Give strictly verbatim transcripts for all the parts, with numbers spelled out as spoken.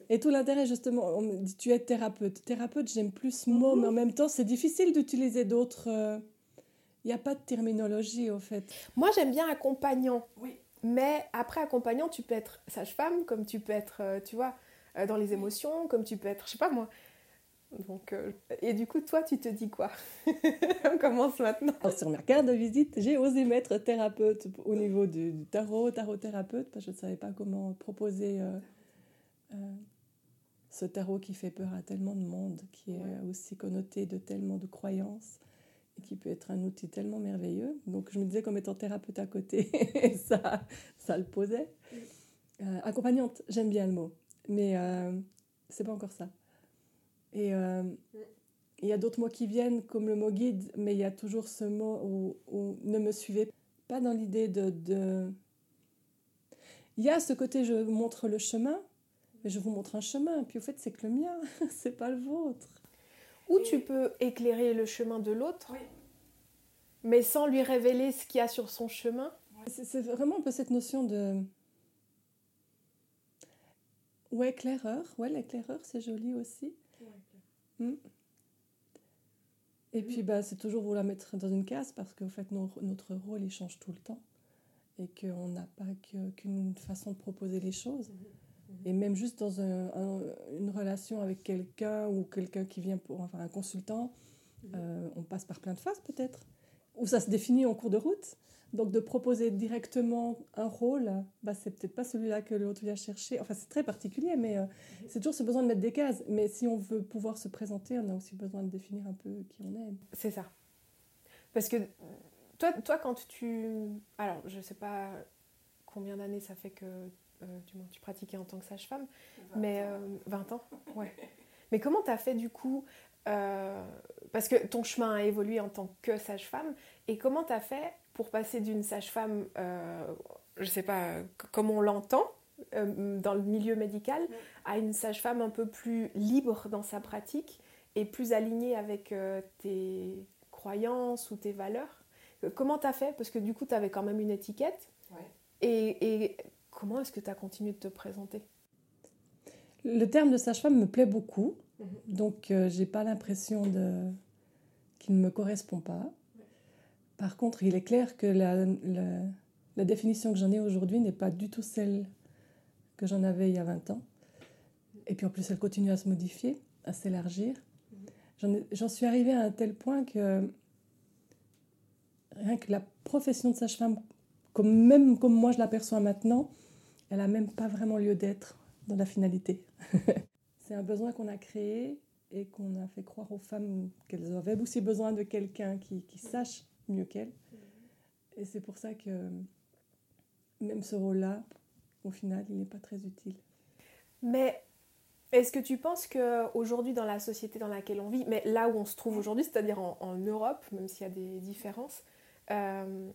Et tout l'intérêt, justement, on me dit tu es thérapeute. Thérapeute, j'aime plus ce mot, mm-hmm. mais en même temps, c'est difficile d'utiliser d'autres... Il euh... n'y a pas de terminologie, au fait. Moi, j'aime bien accompagnant. Oui. Mais après accompagnant, tu peux être sage-femme, comme tu peux être, euh, tu vois, euh, dans les émotions, comme tu peux être, je sais pas moi. Donc, euh, et du coup, toi, tu te dis quoi? On commence maintenant. Alors, sur ma carte de visite, j'ai osé mettre thérapeute au niveau du, du tarot, tarot-thérapeute, parce que je ne savais pas comment proposer euh, euh, ce tarot qui fait peur à tellement de monde, qui est ouais. aussi connoté de tellement de croyances, et qui peut être un outil tellement merveilleux. Donc, je me disais qu'en mettant thérapeute à côté, ça, ça le posait. Euh, accompagnante, j'aime bien le mot, mais euh, c'est pas encore ça. Et... Euh, il y a d'autres mots qui viennent, comme le mot guide, mais il y a toujours ce mot où, où ne me suivez pas dans l'idée de, de... Il y a ce côté, je vous montre le chemin, mais je vous montre un chemin, puis au fait, c'est que le mien, c'est pas le vôtre. Ou Et... tu peux éclairer le chemin de l'autre, oui. mais sans lui révéler ce qu'il y a sur son chemin. C'est, c'est vraiment un peu cette notion de... Ouais, éclaireur. Ouais, l'éclaireur, c'est joli aussi. Ouais. Mm. Et puis, bah, c'est toujours vous la mettre dans une case parce qu'en fait, nos, notre rôle, il change tout le temps. Et qu'on n'a pas que, qu'une façon de proposer les choses. Mmh. Et même juste dans un, un, une relation avec quelqu'un ou quelqu'un qui vient pour enfin, un consultant, mmh. euh, on passe par plein de phases peut-être. Ou ça se définit en cours de route. Donc, de proposer directement un rôle, bah, c'est peut-être pas celui-là que l'autre vient chercher. Enfin, c'est très particulier, mais euh, mmh. c'est toujours ce besoin de mettre des cases. Mais si on veut pouvoir se présenter, on a aussi besoin de définir un peu qui on est. C'est ça. Parce que toi, toi quand tu... Alors, je sais pas combien d'années ça fait que euh, du moins, tu pratiquais en tant que sage-femme, mais euh, vingt ans, ouais. Mais comment tu as fait du coup euh, parce que ton chemin a évolué en tant que sage-femme, et comment tu as fait pour passer d'une sage-femme, euh, je sais pas, comme on l'entend euh, dans le milieu médical, ouais. à une sage-femme un peu plus libre dans sa pratique et plus alignée avec euh, tes croyances ou tes valeurs? Comment tu as fait? Parce que du coup, tu avais quand même une étiquette. Ouais. Et, et comment est-ce que tu as continué de te présenter? Le terme de sage-femme me plaît beaucoup. Mmh. Donc, euh, je n'ai pas l'impression de... qu'il ne me correspond pas. Ouais. Par contre, il est clair que la, la, la définition que j'en ai aujourd'hui n'est pas du tout celle que j'en avais il y a vingt ans. Et puis en plus, elle continue à se modifier, à s'élargir. Mmh. J'en, ai, j'en suis arrivée à un tel point que rien que la profession de sage-femme, comme, même comme moi je l'aperçois maintenant, elle n'a même pas vraiment lieu d'être dans la finalité. C'est un besoin qu'on a créé et qu'on a fait croire aux femmes qu'elles avaient aussi besoin de quelqu'un qui, qui sache mieux qu'elles. Et c'est pour ça que même ce rôle-là, au final, il n'est pas très utile. Mais est-ce que tu penses qu'aujourd'hui, dans la société dans laquelle on vit, mais là où on se trouve aujourd'hui, c'est-à-dire en, en Europe, même s'il y a des différences, euh,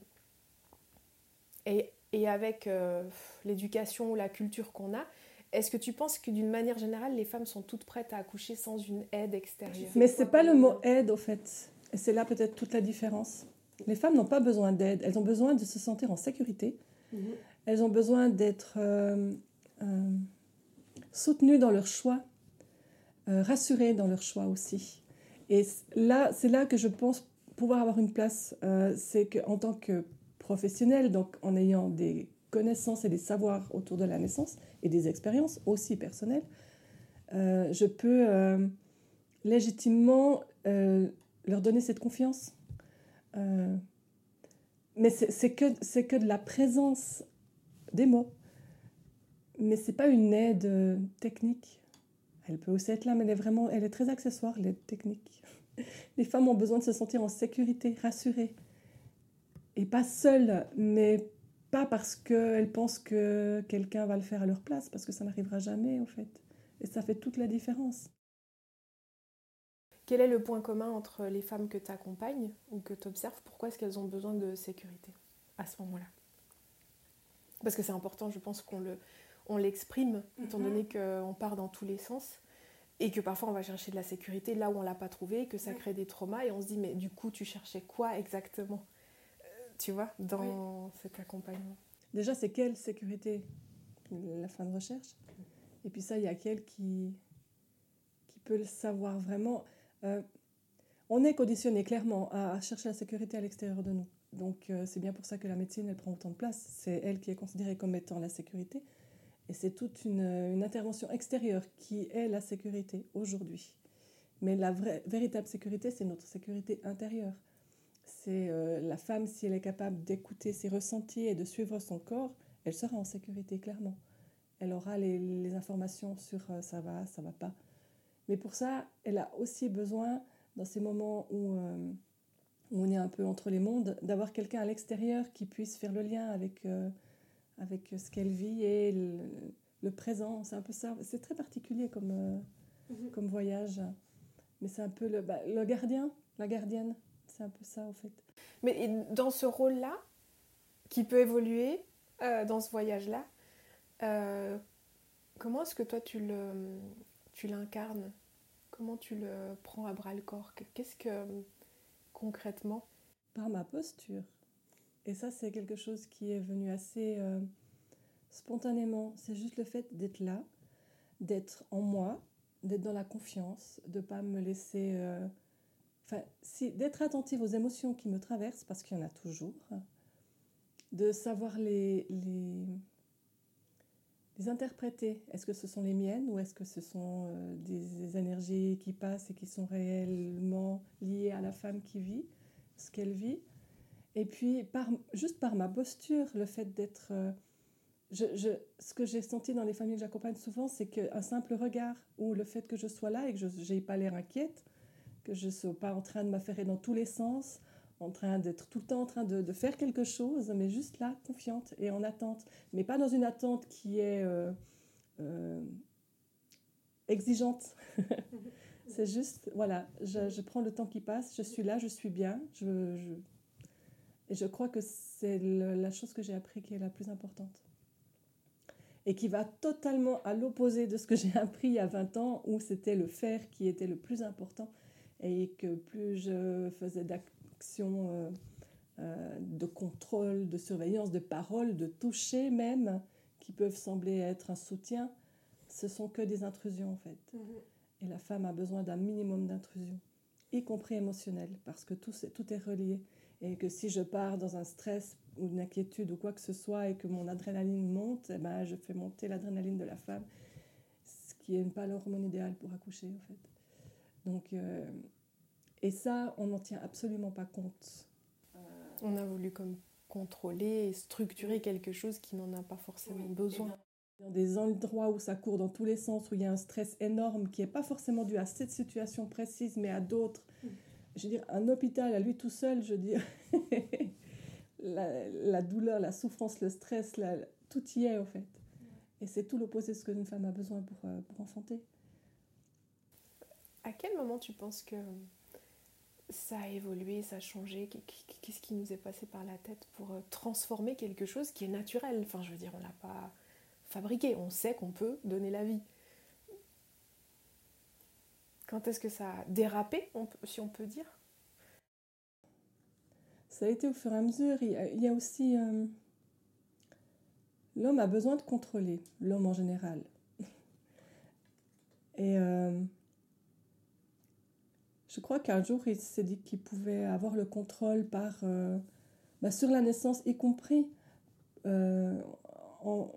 et, et avec euh, l'éducation ou la culture qu'on a, est-ce que tu penses que d'une manière générale, les femmes sont toutes prêtes à accoucher sans une aide extérieure? Mais ce n'est pas le mot aide, au fait. Et c'est là peut-être toute la différence. Les femmes n'ont pas besoin d'aide. Elles ont besoin de se sentir en sécurité. Mmh. Elles ont besoin d'être euh, euh, soutenues dans leur choix, euh, rassurées dans leur choix aussi. Et là, c'est là que je pense pouvoir avoir une place. Euh, c'est qu'en tant que professionnelle, donc en ayant des connaissances et des savoirs autour de la naissance et des expériences aussi personnelles, euh, je peux euh, légitimement euh, leur donner cette confiance. Euh, mais c'est, c'est, que, c'est que de la présence des mots. Mais ce n'est pas une aide euh, technique. Elle peut aussi être là, mais elle est, vraiment, elle est très accessoire, l'aide technique. Les femmes ont besoin de se sentir en sécurité, rassurées. Et pas seules, mais pas parce qu'elles pensent que quelqu'un va le faire à leur place, parce que ça n'arrivera jamais, en fait. Et ça fait toute la différence. Quel est le point commun entre les femmes que tu accompagnes ou que tu observes? Pourquoi est-ce qu'elles ont besoin de sécurité à ce moment-là? Parce que c'est important, je pense qu'on le, on l'exprime, étant donné qu'on part dans tous les sens, et que parfois on va chercher de la sécurité là où on ne l'a pas trouvé, que ça crée des traumas, et on se dit, mais du coup, tu cherchais quoi exactement, euh, tu vois, dans oui. cet accompagnement? Déjà, c'est quelle sécurité? La fin de recherche. Et puis ça, il y a qu'elle qui, qui peut le savoir vraiment. Euh, on est conditionné clairement à, à chercher la sécurité à l'extérieur de nous. Donc euh, c'est bien pour ça que la médecine, elle prend autant de place. C'est elle qui est considérée comme étant la sécurité. Et c'est toute une, une intervention extérieure qui est la sécurité aujourd'hui. Mais la vraie, véritable sécurité, c'est notre sécurité intérieure. C'est euh, la femme, si elle est capable d'écouter ses ressentis et de suivre son corps, elle sera en sécurité, clairement. Elle aura les, les informations sur euh, ça va, ça va pas. Mais pour ça, elle a aussi besoin, dans ces moments où, euh, où on est un peu entre les mondes, d'avoir quelqu'un à l'extérieur qui puisse faire le lien avec, euh, avec ce qu'elle vit et le, le présent. C'est un peu ça. C'est très particulier comme, euh, mm-hmm. comme voyage. Mais c'est un peu le, bah, le gardien, la gardienne. C'est un peu ça, au fait. Mais dans ce rôle-là, qui peut évoluer euh, dans ce voyage-là, euh, comment est-ce que toi, tu, le, tu l'incarnes ? Comment tu le prends à bras-le-corps ? Qu'est-ce que, concrètement ? Par ma posture. Et ça, c'est quelque chose qui est venu assez euh, spontanément. C'est juste le fait d'être là, d'être en moi, d'être dans la confiance, de ne pas me laisser... Euh, Enfin, si, d'être attentive aux émotions qui me traversent, parce qu'il y en a toujours, de savoir les, les, les interpréter. Est-ce que ce sont les miennes ou est-ce que ce sont euh, des, des énergies qui passent et qui sont réellement liées à la femme qui vit, ce qu'elle vit. Et puis, par, juste par ma posture, le fait d'être... Euh, je, je, ce que j'ai senti dans les familles que j'accompagne souvent, c'est qu'un simple regard ou le fait que je sois là et que je n'ai pas l'air inquiète, que je ne sois pas en train de m'affairer dans tous les sens, en train d'être tout le temps en train de, de faire quelque chose, mais juste là, confiante et en attente. Mais pas dans une attente qui est euh, euh, exigeante. C'est juste, voilà, je, je prends le temps qui passe, je suis là, je suis bien. Je, je... Et je crois que c'est le, la chose que j'ai appris qui est la plus importante. Et qui va totalement à l'opposé de ce que j'ai appris il y a vingt ans, où c'était le faire qui était le plus important. Et que plus je faisais d'actions euh, euh, de contrôle, de surveillance, de parole, de toucher même, qui peuvent sembler être un soutien, ce sont que des intrusions en fait. Mmh. Et la femme a besoin d'un minimum d'intrusion, y compris émotionnelle, parce que tout, tout est relié. Et que si je pars dans un stress ou une inquiétude ou quoi que ce soit et que mon adrénaline monte, eh ben, je fais monter l'adrénaline de la femme, ce qui n'est pas l'hormone idéale pour accoucher en fait. Donc, euh, et ça, on n'en tient absolument pas compte. Euh... On a voulu comme contrôler et structurer quelque chose qui n'en a pas forcément oui. besoin. Dans des endroits où ça court dans tous les sens, où il y a un stress énorme qui n'est pas forcément dû à cette situation précise, mais à d'autres. Mm. Je veux dire, un hôpital à lui tout seul, je veux dire, la, la douleur, la souffrance, le stress, la, tout y est, en fait. Mm. Et c'est tout l'opposé de ce qu'une femme a besoin pour, pour enfanter. À quel moment tu penses que ça a évolué, ça a changé ? Qu'est-ce qui nous est passé par la tête pour transformer quelque chose qui est naturel ? Enfin, je veux dire, on ne l'a pas fabriqué, on sait qu'on peut donner la vie. Quand est-ce que ça a dérapé, on peut, si on peut dire ? Ça a été au fur et à mesure. Il y a, il y a aussi... Euh, l'homme a besoin de contrôler, l'homme en général. Et... Euh, Je crois qu'un jour, il s'est dit qu'il pouvait avoir le contrôle par, euh, bah, sur la naissance, y compris euh, en...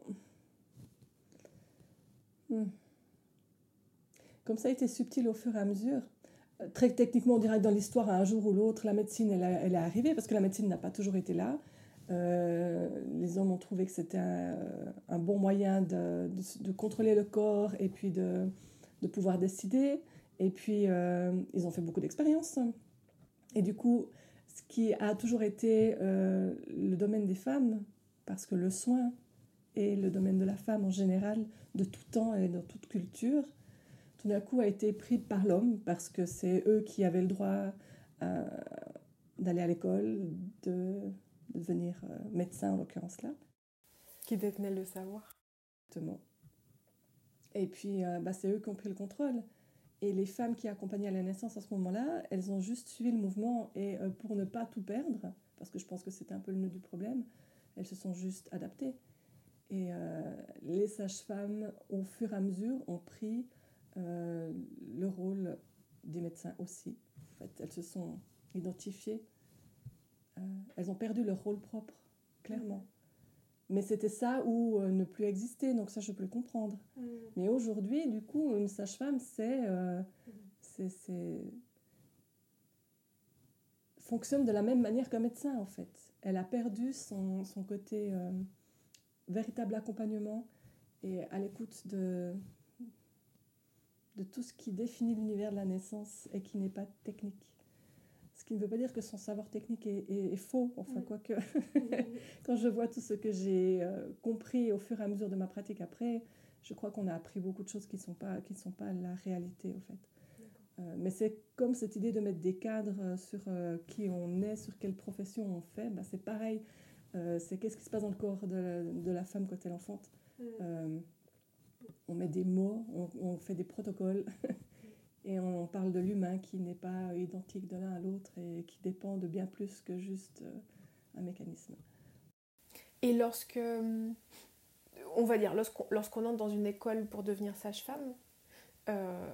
hmm. Comme ça a été subtil au fur et à mesure. Très techniquement, on dirait que dans l'histoire, un jour ou l'autre, la médecine, elle, a, elle est arrivée, parce que la médecine n'a pas toujours été là. Euh, les hommes ont trouvé que c'était un, un bon moyen de, de, de contrôler le corps et puis de, de pouvoir décider. Et puis, euh, ils ont fait beaucoup d'expériences. Et du coup, ce qui a toujours été euh, le domaine des femmes, parce que le soin est le domaine de la femme en général, de tout temps et dans toute culture, tout d'un coup a été pris par l'homme, parce que c'est eux qui avaient le droit euh, d'aller à l'école, de, de devenir euh, médecin en l'occurrence là. Qui détenaient le savoir. Exactement. Et puis, euh, bah, c'est eux qui ont pris le contrôle. Et les femmes qui accompagnaient à la naissance à ce moment-là, elles ont juste suivi le mouvement. Et euh, pour ne pas tout perdre, parce que je pense que c'était un peu le nœud du problème, elles se sont juste adaptées. Et euh, les sages-femmes, au fur et à mesure, ont pris euh, le rôle des médecins aussi. En fait, elles se sont identifiées. Euh, elles ont perdu leur rôle propre, clairement. Mais c'était ça ou euh, ne plus exister, donc ça, je peux le comprendre. Mm. Mais aujourd'hui, du coup, une sage-femme, c'est, euh, mm. c'est, c'est... fonctionne de la même manière qu'un médecin, en fait. Elle a perdu son, son côté euh, véritable accompagnement et à l'écoute de, de tout ce qui définit l'univers de la naissance et qui n'est pas technique. Ce qui ne veut pas dire que son savoir technique est, est, est faux, enfin, oui. Quoique. Quand je vois tout ce que j'ai euh, compris au fur et à mesure de ma pratique après, je crois qu'on a appris beaucoup de choses qui ne sont pas, qui ne sont pas la réalité, au fait. Euh, mais c'est comme cette idée de mettre des cadres sur euh, qui on est, sur quelle profession on fait, bah, c'est pareil. Euh, c'est qu'est-ce qui se passe dans le corps de, de la femme quand elle enfante. Mm. Euh, on met des mots, on, on fait des protocoles. Et on parle de l'humain qui n'est pas identique de l'un à l'autre et qui dépend de bien plus que juste un mécanisme. Et lorsque, on va dire, lorsqu'on, lorsqu'on entre dans une école pour devenir sage-femme, euh,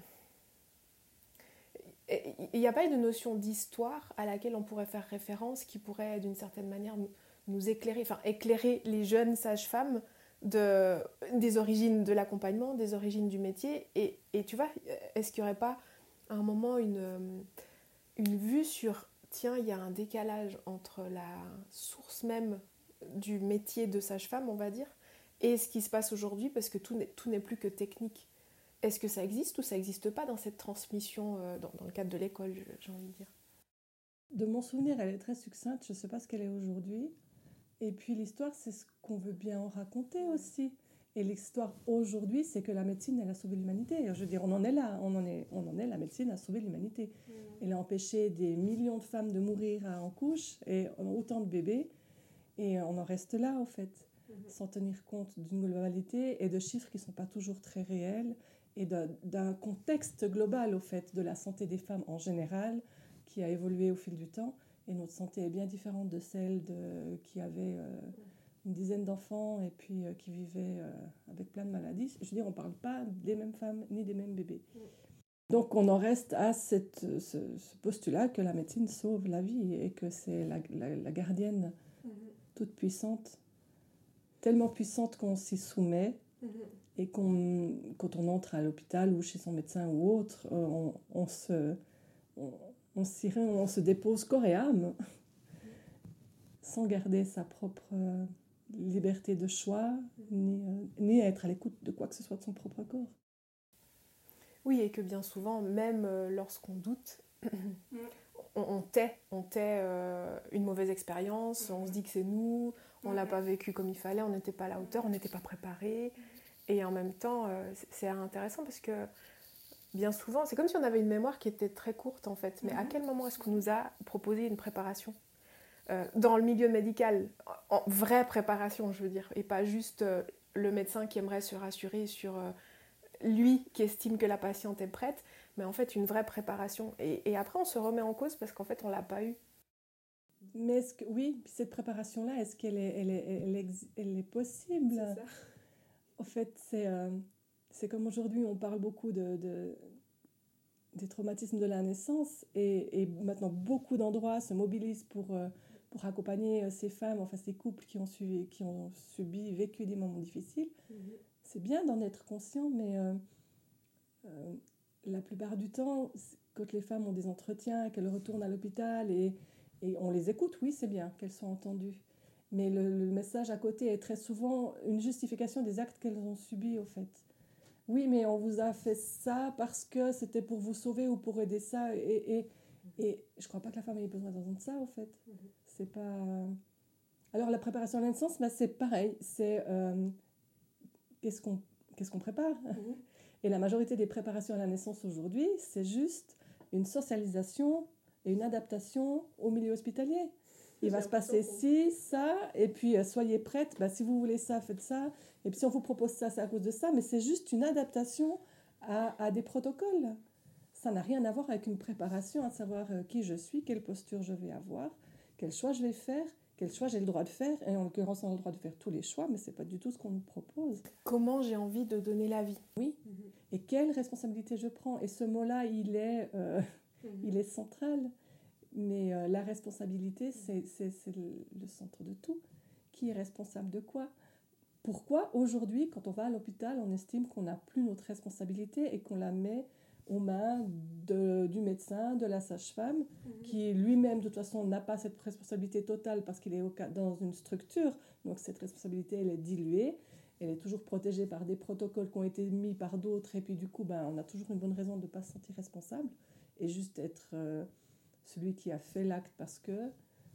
il n'y a pas une notion d'histoire à laquelle on pourrait faire référence qui pourrait d'une certaine manière nous, nous éclairer, enfin éclairer les jeunes sages-femmes de, des origines de l'accompagnement, des origines du métier. Et, et tu vois, est-ce qu'il n'y aurait pas à un moment une, une vue sur, tiens, il y a un décalage entre la source même du métier de sage-femme, on va dire, et ce qui se passe aujourd'hui, parce que tout n'est, tout n'est plus que technique. Est-ce que ça existe ou ça n'existe pas dans cette transmission, euh, dans, dans le cadre de l'école, j'ai envie de dire? De mon souvenir, elle est très succincte, je ne sais pas ce qu'elle est aujourd'hui. Et puis l'histoire, c'est ce qu'on veut bien en raconter aussi. Et l'histoire aujourd'hui, c'est que la médecine, elle a sauvé l'humanité. Je veux dire, on en est là, on en est, on en est la médecine a sauvé l'humanité. Mmh. Elle a empêché des millions de femmes de mourir en couche, et autant de bébés. Et on en reste là, en fait, mmh. sans tenir compte d'une globalité et de chiffres qui ne sont pas toujours très réels, et de, d'un contexte global, au fait, de la santé des femmes en général, qui a évolué au fil du temps. Et notre santé est bien différente de celle de, qui avait euh, une dizaine d'enfants et puis euh, qui vivait euh, avec plein de maladies. Je veux dire, on ne parle pas des mêmes femmes ni des mêmes bébés. Mm. Donc on en reste à cette, ce, ce postulat que la médecine sauve la vie et que c'est la, la, la gardienne mm-hmm. toute puissante, tellement puissante qu'on s'y soumet mm-hmm. et qu'on, quand on entre à l'hôpital ou chez son médecin ou autre, on, on se... On, On, on se dépose corps et âme, sans garder sa propre euh, liberté de choix, ni, euh, ni être à l'écoute de quoi que ce soit de son propre corps. Oui, et que bien souvent, même euh, lorsqu'on doute, on, on tait, on tait euh, une mauvaise expérience, on se dit que c'est nous, on ne l'a pas vécu comme il fallait, on n'était pas à la hauteur, on n'était pas préparé. Et en même temps, euh, c'est intéressant parce que bien souvent, c'est comme si on avait une mémoire qui était très courte en fait. Mais à quel moment est-ce qu'on nous a proposé une préparation euh, dans le milieu médical, en vraie préparation, je veux dire, et pas juste euh, le médecin qui aimerait se rassurer sur euh, lui qui estime que la patiente est prête, mais en fait une vraie préparation. Et, et après, on se remet en cause parce qu'en fait, on l'a pas eu. Mais est-ce que, oui, cette préparation-là, est-ce qu'elle est, elle est, elle est, elle est possible ? C'est ça. En fait, c'est... Euh... C'est comme aujourd'hui, on parle beaucoup de, de, des traumatismes de la naissance et, et maintenant beaucoup d'endroits se mobilisent pour, euh, pour accompagner ces femmes, enfin ces couples qui ont, suivi, qui ont subi, vécu des moments difficiles. Mmh. C'est bien d'en être conscient, mais euh, euh, la plupart du temps, quand les femmes ont des entretiens, qu'elles retournent à l'hôpital et, et on les écoute, oui, c'est bien qu'elles soient entendues. Mais le, le message à côté est très souvent une justification des actes qu'elles ont subis, au fait. Oui, mais on vous a fait ça parce que c'était pour vous sauver ou pour aider ça. Et, et, et je ne crois pas que la femme ait besoin d'entendre ça, en fait. Mm-hmm. C'est pas... Alors, la préparation à la naissance, bah, c'est pareil. C'est euh, qu'est-ce qu'on, qu'est-ce qu'on prépare mm-hmm. Et la majorité des préparations à la naissance aujourd'hui, c'est juste une socialisation et une adaptation au milieu hospitalier. Il va se passer ci, ça, et puis euh, soyez prête, bah, si vous voulez ça, faites ça, et puis si on vous propose ça, c'est à cause de ça, mais c'est juste une adaptation à, à des protocoles. Ça n'a rien à voir avec une préparation, à savoir euh, qui je suis, quelle posture je vais avoir, quel choix je vais faire, quel choix j'ai le droit de faire. Et en l'occurrence, on a le droit de faire tous les choix, mais ce n'est pas du tout ce qu'on nous propose. Comment j'ai envie de donner la vie. Oui, mm-hmm. Et quelle responsabilité je prends. Et ce mot-là, il est, euh, mm-hmm. il est central. Mais euh, la responsabilité, c'est, c'est, c'est le, le centre de tout. Qui est responsable de quoi ? Pourquoi aujourd'hui, quand on va à l'hôpital, on estime qu'on n'a plus notre responsabilité et qu'on la met aux mains de, du médecin, de la sage-femme, mmh. qui lui-même, de toute façon, n'a pas cette responsabilité totale parce qu'il est au, dans une structure. Donc cette responsabilité, elle est diluée. Elle est toujours protégée par des protocoles qui ont été mis par d'autres. Et puis du coup, ben, on a toujours une bonne raison de ne pas se sentir responsable et juste être euh, celui qui a fait l'acte parce que...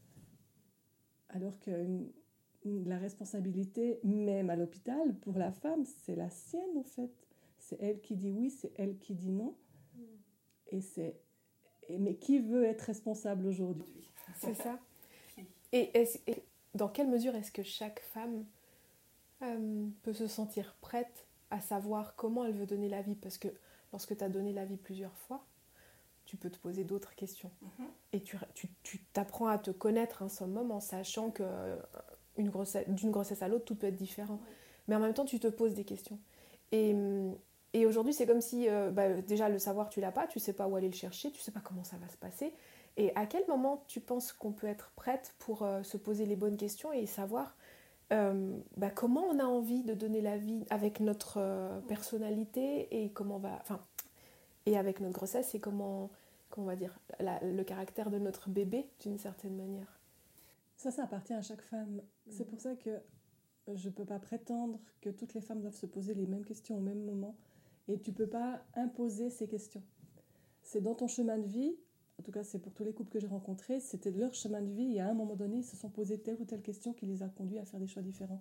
Alors que la responsabilité, même à l'hôpital, pour la femme, c'est la sienne, en fait. C'est elle qui dit oui, c'est elle qui dit non. Mm. Et c'est... Et, mais qui veut être responsable aujourd'hui ? C'est ça. Et, est-ce, et dans quelle mesure est-ce que chaque femme euh, peut se sentir prête à savoir comment elle veut donner la vie ? Parce que lorsque tu as donné la vie plusieurs fois, tu peux te poser d'autres questions. Mm-hmm. Et tu, tu, tu t'apprends à te connaître un summum en sachant que une grossesse, d'une grossesse à l'autre, tout peut être différent. Ouais. Mais en même temps, tu te poses des questions. Et, et aujourd'hui, c'est comme si, euh, bah, déjà, le savoir, tu l'as pas, tu sais pas où aller le chercher, tu sais pas comment ça va se passer. Et à quel moment tu penses qu'on peut être prête pour euh, se poser les bonnes questions et savoir euh, bah, comment on a envie de donner la vie avec notre euh, personnalité et comment on va... Enfin, et avec notre grossesse et comment, comment on va dire, la, le caractère de notre bébé, d'une certaine manière. Ça, ça appartient à chaque femme. Mmh. C'est pour ça que je ne peux pas prétendre que toutes les femmes doivent se poser les mêmes questions au même moment. Et tu ne peux pas imposer ces questions. C'est dans ton chemin de vie, en tout cas c'est pour tous les couples que j'ai rencontrés, c'était leur chemin de vie et à un moment donné, ils se sont posé telle ou telle question qui les a conduits à faire des choix différents.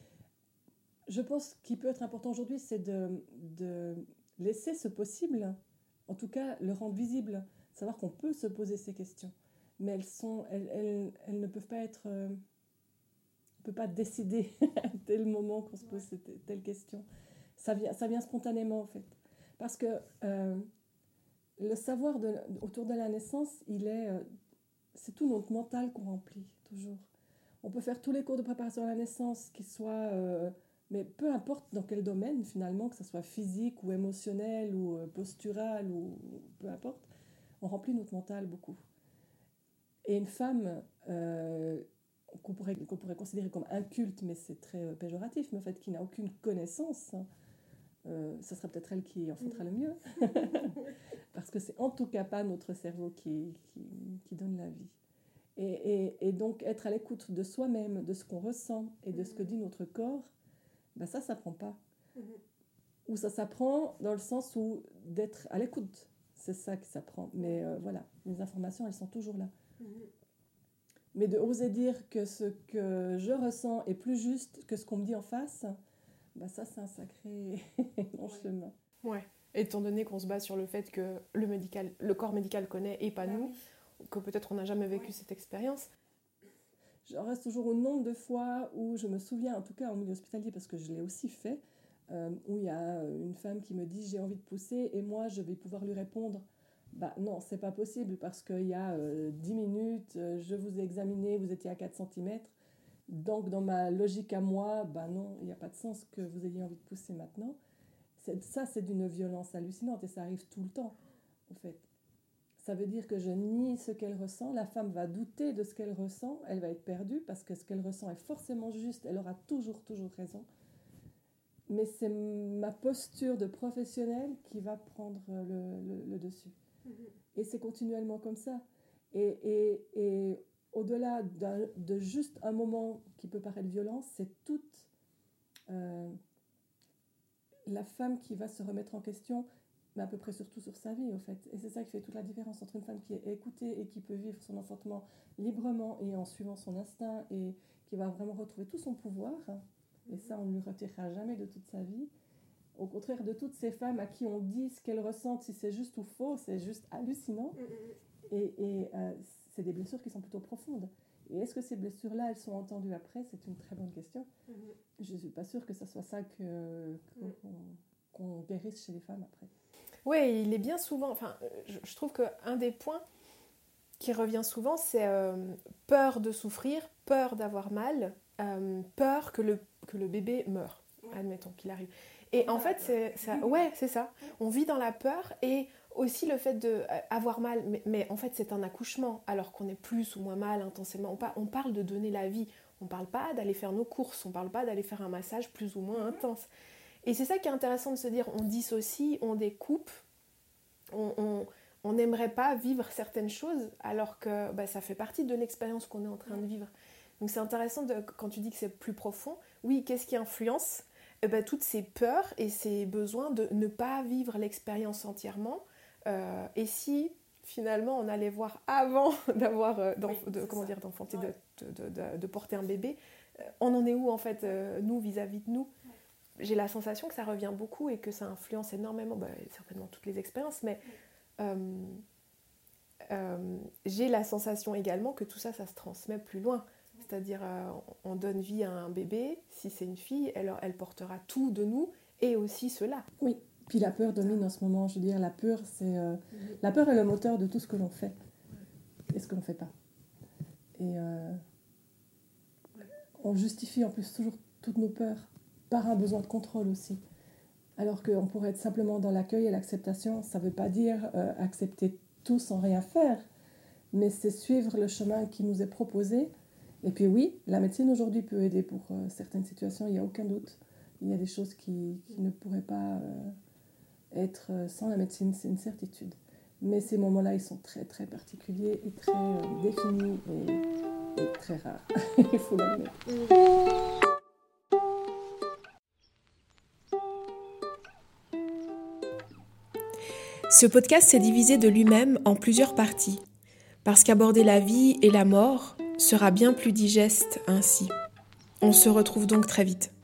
Je pense qu'il peut être important aujourd'hui, c'est de, de laisser ce possible, en tout cas le rendre visible, savoir qu'on peut se poser ces questions. Mais elles, sont, elles, elles, elles ne peuvent pas être... Euh, on ne peut pas décider à tel moment qu'on se pose cette, telle question. Ça vient, ça vient spontanément, en fait. Parce que euh, le savoir de, autour de la naissance, il est, euh, c'est tout notre mental qu'on remplit, toujours. On peut faire tous les cours de préparation à la naissance, qui soient... Euh, mais peu importe dans quel domaine, finalement, que ce soit physique ou émotionnel ou euh, postural, ou peu importe, on remplit notre mental beaucoup. Et une femme... Euh, Qu'on pourrait, qu'on pourrait considérer comme inculte, mais c'est très euh, péjoratif, mais en fait, qui n'a aucune connaissance, hein, euh, ce sera peut-être elle qui enfantera le mieux. Parce que c'est en tout cas pas notre cerveau qui, qui, qui donne la vie. Et, et, et donc, être à l'écoute de soi-même, de ce qu'on ressent et de ce que dit notre corps, ben ça, ça s'apprend pas. Ou ça s'apprend dans le sens où d'être à l'écoute, c'est ça qui s'apprend. Mais euh, voilà, les informations, elles sont toujours là. Mais de oser dire que ce que je ressens est plus juste que ce qu'on me dit en face, bah ça, c'est un sacré long chemin. Ouais, étant donné qu'on se base sur le fait que le, médical, le corps médical connaît et pas bah nous, oui. Que peut-être on n'a jamais vécu ouais. cette expérience. Je reste toujours au nombre de fois où je me souviens, en tout cas en milieu hospitalier, parce que je l'ai aussi fait, euh, où il y a une femme qui me dit « j'ai envie de pousser » et moi, je vais pouvoir lui répondre bah non, c'est pas possible parce qu'il y a euh, dix minutes, euh, je vous ai examiné, vous étiez à quatre centimètres. Donc, dans ma logique à moi, bah non, il n'y a pas de sens que vous ayez envie de pousser maintenant. C'est, ça, c'est d'une violence hallucinante et ça arrive tout le temps, en fait. Ça veut dire que je nie ce qu'elle ressent. La femme va douter de ce qu'elle ressent. Elle va être perdue parce que ce qu'elle ressent est forcément juste. Elle aura toujours, toujours raison. Mais c'est ma posture de professionnelle qui va prendre le, le, le dessus. Et c'est continuellement comme ça. Et, et, et au-delà d'un, de juste un moment qui peut paraître violent, c'est toute euh, la femme qui va se remettre en question, mais à peu près surtout sur sa vie, au fait. Et c'est ça qui fait toute la différence entre une femme qui est écoutée et qui peut vivre son enfantement librement et en suivant son instinct et qui va vraiment retrouver tout son pouvoir. Et ça, on ne lui retirera jamais de toute sa vie. Au contraire de toutes ces femmes à qui on dit ce qu'elles ressentent, si c'est juste ou faux, c'est juste hallucinant. Mm-hmm. Et, et euh, c'est des blessures qui sont plutôt profondes. Et est-ce que ces blessures-là, elles sont entendues après ? C'est une très bonne question. Mm-hmm. Je ne suis pas sûre que ce soit ça que, qu'on, mm. qu'on guérisse chez les femmes après. Oui, il est bien souvent... Enfin, je, je trouve qu'un des points qui revient souvent, c'est euh, peur de souffrir, peur d'avoir mal, euh, peur que le, que le bébé meure, admettons qu'il arrive. Et en fait, c'est ça, ouais, c'est ça. On vit dans la peur et aussi le fait d'avoir mal. Mais, mais en fait, c'est un accouchement, alors qu'on est plus ou moins mal intensément. On, par, on parle de donner la vie. On ne parle pas d'aller faire nos courses. On ne parle pas d'aller faire un massage plus ou moins intense. Et c'est ça qui est intéressant de se dire, on dissocie, on découpe, on on n'aimerait pas vivre certaines choses alors que bah, ça fait partie de l'expérience qu'on est en train de vivre. Donc c'est intéressant de, quand tu dis que c'est plus profond. Oui, qu'est-ce qui influence ? Eh ben, toutes ces peurs et ces besoins de ne pas vivre l'expérience entièrement. Euh, et si finalement on allait voir avant d'avoir, euh, oui, de, comment dire, d'enfanter, ouais. de, de, de, de porter un bébé, euh, on en est où en fait, euh, nous, vis-à-vis de nous ? Ouais. J'ai la sensation que ça revient beaucoup et que ça influence énormément, bah, certainement toutes les expériences, mais euh, euh, j'ai la sensation également que tout ça, ça se transmet plus loin. C'est-à-dire, euh, on donne vie à un bébé, si c'est une fille, elle, elle portera tout de nous, et aussi cela. Oui, puis la peur domine en ce moment. Je veux dire, la peur, c'est, euh, la peur est le moteur de tout ce que l'on fait, et ce que l'on ne fait pas. Et euh, on justifie en plus toujours toutes nos peurs, par un besoin de contrôle aussi. Alors qu'on pourrait être simplement dans l'accueil et l'acceptation. Ça ne veut pas dire euh, accepter tout sans rien faire, mais c'est suivre le chemin qui nous est proposé. Et puis oui, la médecine aujourd'hui peut aider pour euh, certaines situations, il n'y a aucun doute. Il y a des choses qui, qui ne pourraient pas euh, être euh, sans la médecine, c'est une certitude. Mais ces moments-là, ils sont très très particuliers et très euh, définis et, et très rares, il faut l'admettre. Ce podcast s'est divisé de lui-même en plusieurs parties, parce qu'aborder la vie et la mort sera bien plus digeste ainsi. On se retrouve donc très vite.